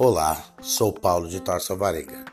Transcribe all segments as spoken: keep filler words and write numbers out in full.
Olá, sou Paulo de Tarso Varega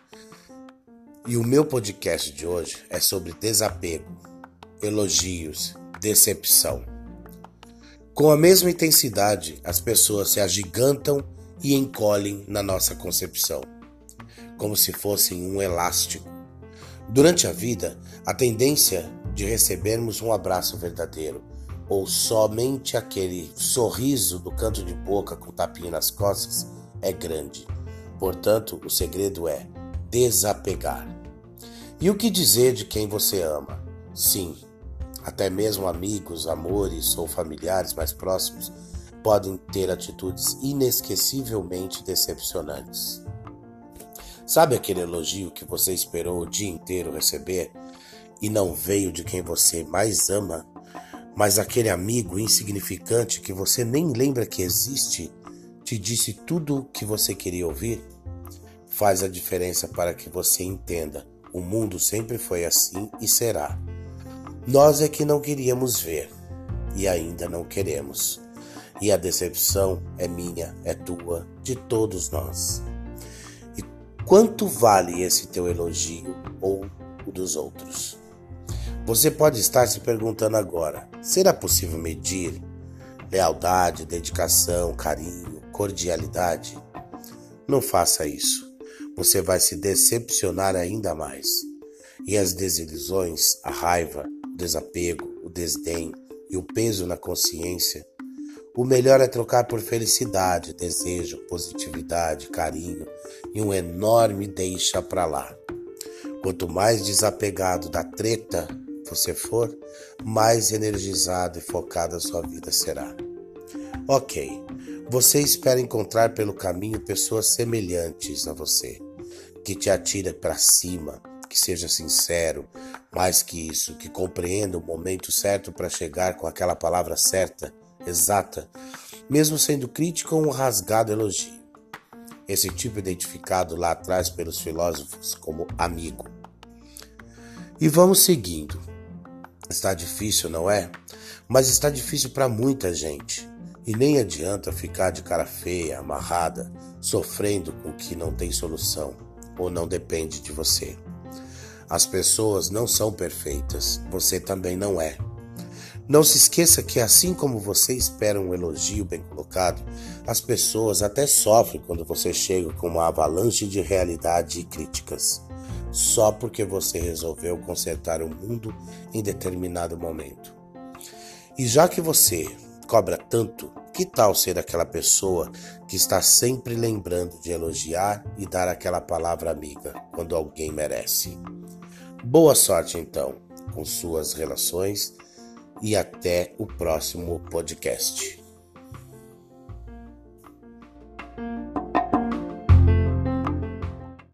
e o meu podcast de hoje é sobre desapego, elogios, decepção. Com a mesma intensidade, as pessoas se agigantam e encolhem na nossa concepção, como se fossem um elástico. Durante a vida, a tendência de recebermos um abraço verdadeiro ou somente aquele sorriso do canto de boca com tapinha nas costas é grande. Portanto, o segredo é desapegar. E o que dizer de quem você ama? Sim, até mesmo amigos, amores ou familiares mais próximos podem ter atitudes inesquecivelmente decepcionantes. Sabe aquele elogio que você esperou o dia inteiro receber e não veio de quem você mais ama, mas aquele amigo insignificante que você nem lembra que existe te disse tudo o que você queria ouvir? Faz a diferença para que você entenda. O mundo sempre foi assim e será. Nós é que não queríamos ver e ainda não queremos. E a decepção é minha, é tua, de todos nós. E quanto vale esse teu elogio ou o dos outros? Você pode estar se perguntando agora, será possível medir lealdade, dedicação, carinho, cordialidade? Não faça isso. Você vai se decepcionar ainda mais. E as desilusões, a raiva, o desapego, o desdém e o peso na consciência, o melhor é trocar por felicidade, desejo, positividade, carinho e um enorme deixa pra lá. Quanto mais desapegado da treta você for, mais energizado e focado a sua vida será. Ok, você espera encontrar pelo caminho pessoas semelhantes a você, que te atire para cima, que seja sincero, mais que isso, que compreenda o momento certo para chegar com aquela palavra certa, exata, mesmo sendo crítico ou um rasgado elogio. Esse tipo identificado lá atrás pelos filósofos como amigo. E vamos seguindo. Está difícil, não é? Mas está difícil para muita gente. E nem adianta ficar de cara feia, amarrada, sofrendo com o que não tem solução ou não depende de você. As pessoas não são perfeitas, você também não é. Não se esqueça que assim como você espera um elogio bem colocado, as pessoas até sofrem quando você chega com uma avalanche de realidade e críticas, só porque você resolveu consertar o mundo em determinado momento. E já que você cobra tanto, que tal ser aquela pessoa que está sempre lembrando de elogiar e dar aquela palavra amiga quando alguém merece? Boa sorte então com suas relações e até o próximo podcast.